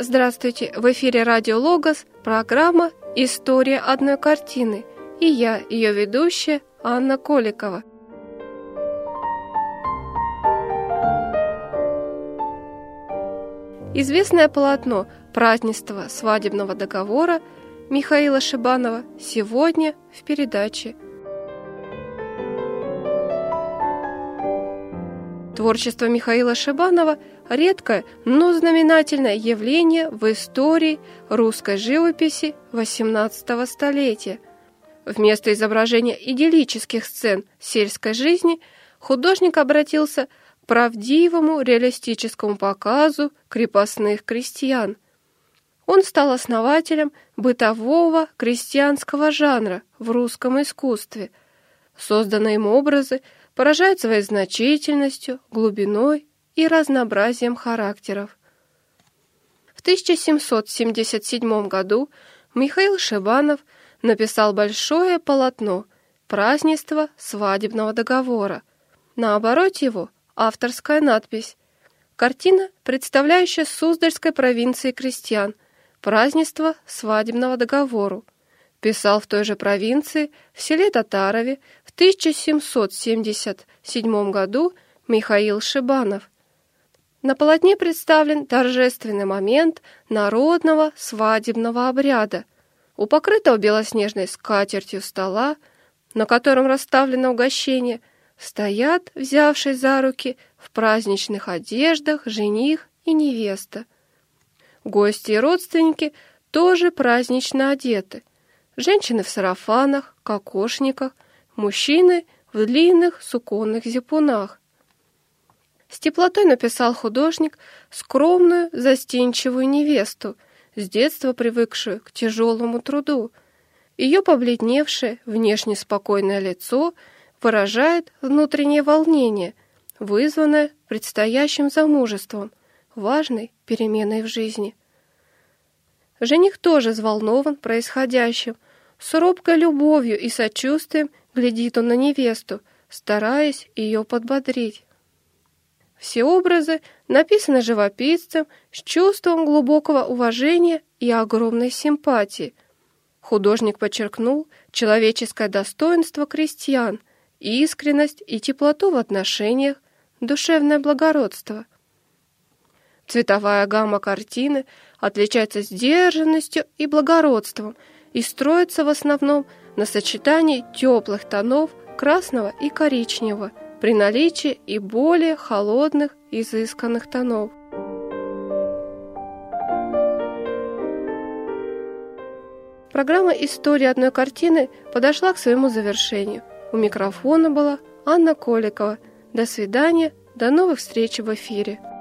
Здравствуйте! В эфире Радио Логос, программа «История одной картины». И я, ее ведущая, Анна Коликова. Известное полотно «Празднество свадебного договора» Михаила Шибанова сегодня в передаче. Творчество Михаила Шибанова – редкое, но знаменательное явление в истории русской живописи XVIII столетия. Вместо изображения идиллических сцен сельской жизни художник обратился к правдивому реалистическому показу крепостных крестьян. Он стал основателем бытового крестьянского жанра в русском искусстве. Созданные им образы поражают своей значительностью, глубиной и разнообразием характеров. В 1777 году Михаил Шибанов написал большое полотно «Празднество свадебного договора». На обороте его авторская надпись. Картина, представляющая Суздальской провинции крестьян, празднество свадебного договору. Писал в той же провинции, в селе Татарове, в 1777 году Михаил Шибанов. На полотне представлен торжественный момент народного свадебного обряда. У покрытого белоснежной скатертью стола, на котором расставлено угощение, стоят, взявшись за руки, в праздничных одеждах жених и невеста. Гости и родственники тоже празднично одеты. Женщины в сарафанах, кокошниках, мужчины в длинных суконных зипунах. С теплотой написал художник скромную, застенчивую невесту, с детства привыкшую к тяжелому труду. Ее побледневшее, внешне спокойное лицо выражает внутреннее волнение, вызванное предстоящим замужеством, важной переменой в жизни. Жених тоже взволнован происходящим. С робкой любовью и сочувствием глядит он на невесту, стараясь ее подбодрить. Все образы написаны живописцем с чувством глубокого уважения и огромной симпатии. Художник подчеркнул человеческое достоинство крестьян, искренность и теплоту в отношениях, душевное благородство. Цветовая гамма картины отличается сдержанностью и благородством и строится в основном на сочетании теплых тонов красного и коричневого при наличии и более холодных, изысканных тонов. Программа «История одной картины» подошла к своему завершению. У микрофона была Анна Коликова. До свидания, до новых встреч в эфире.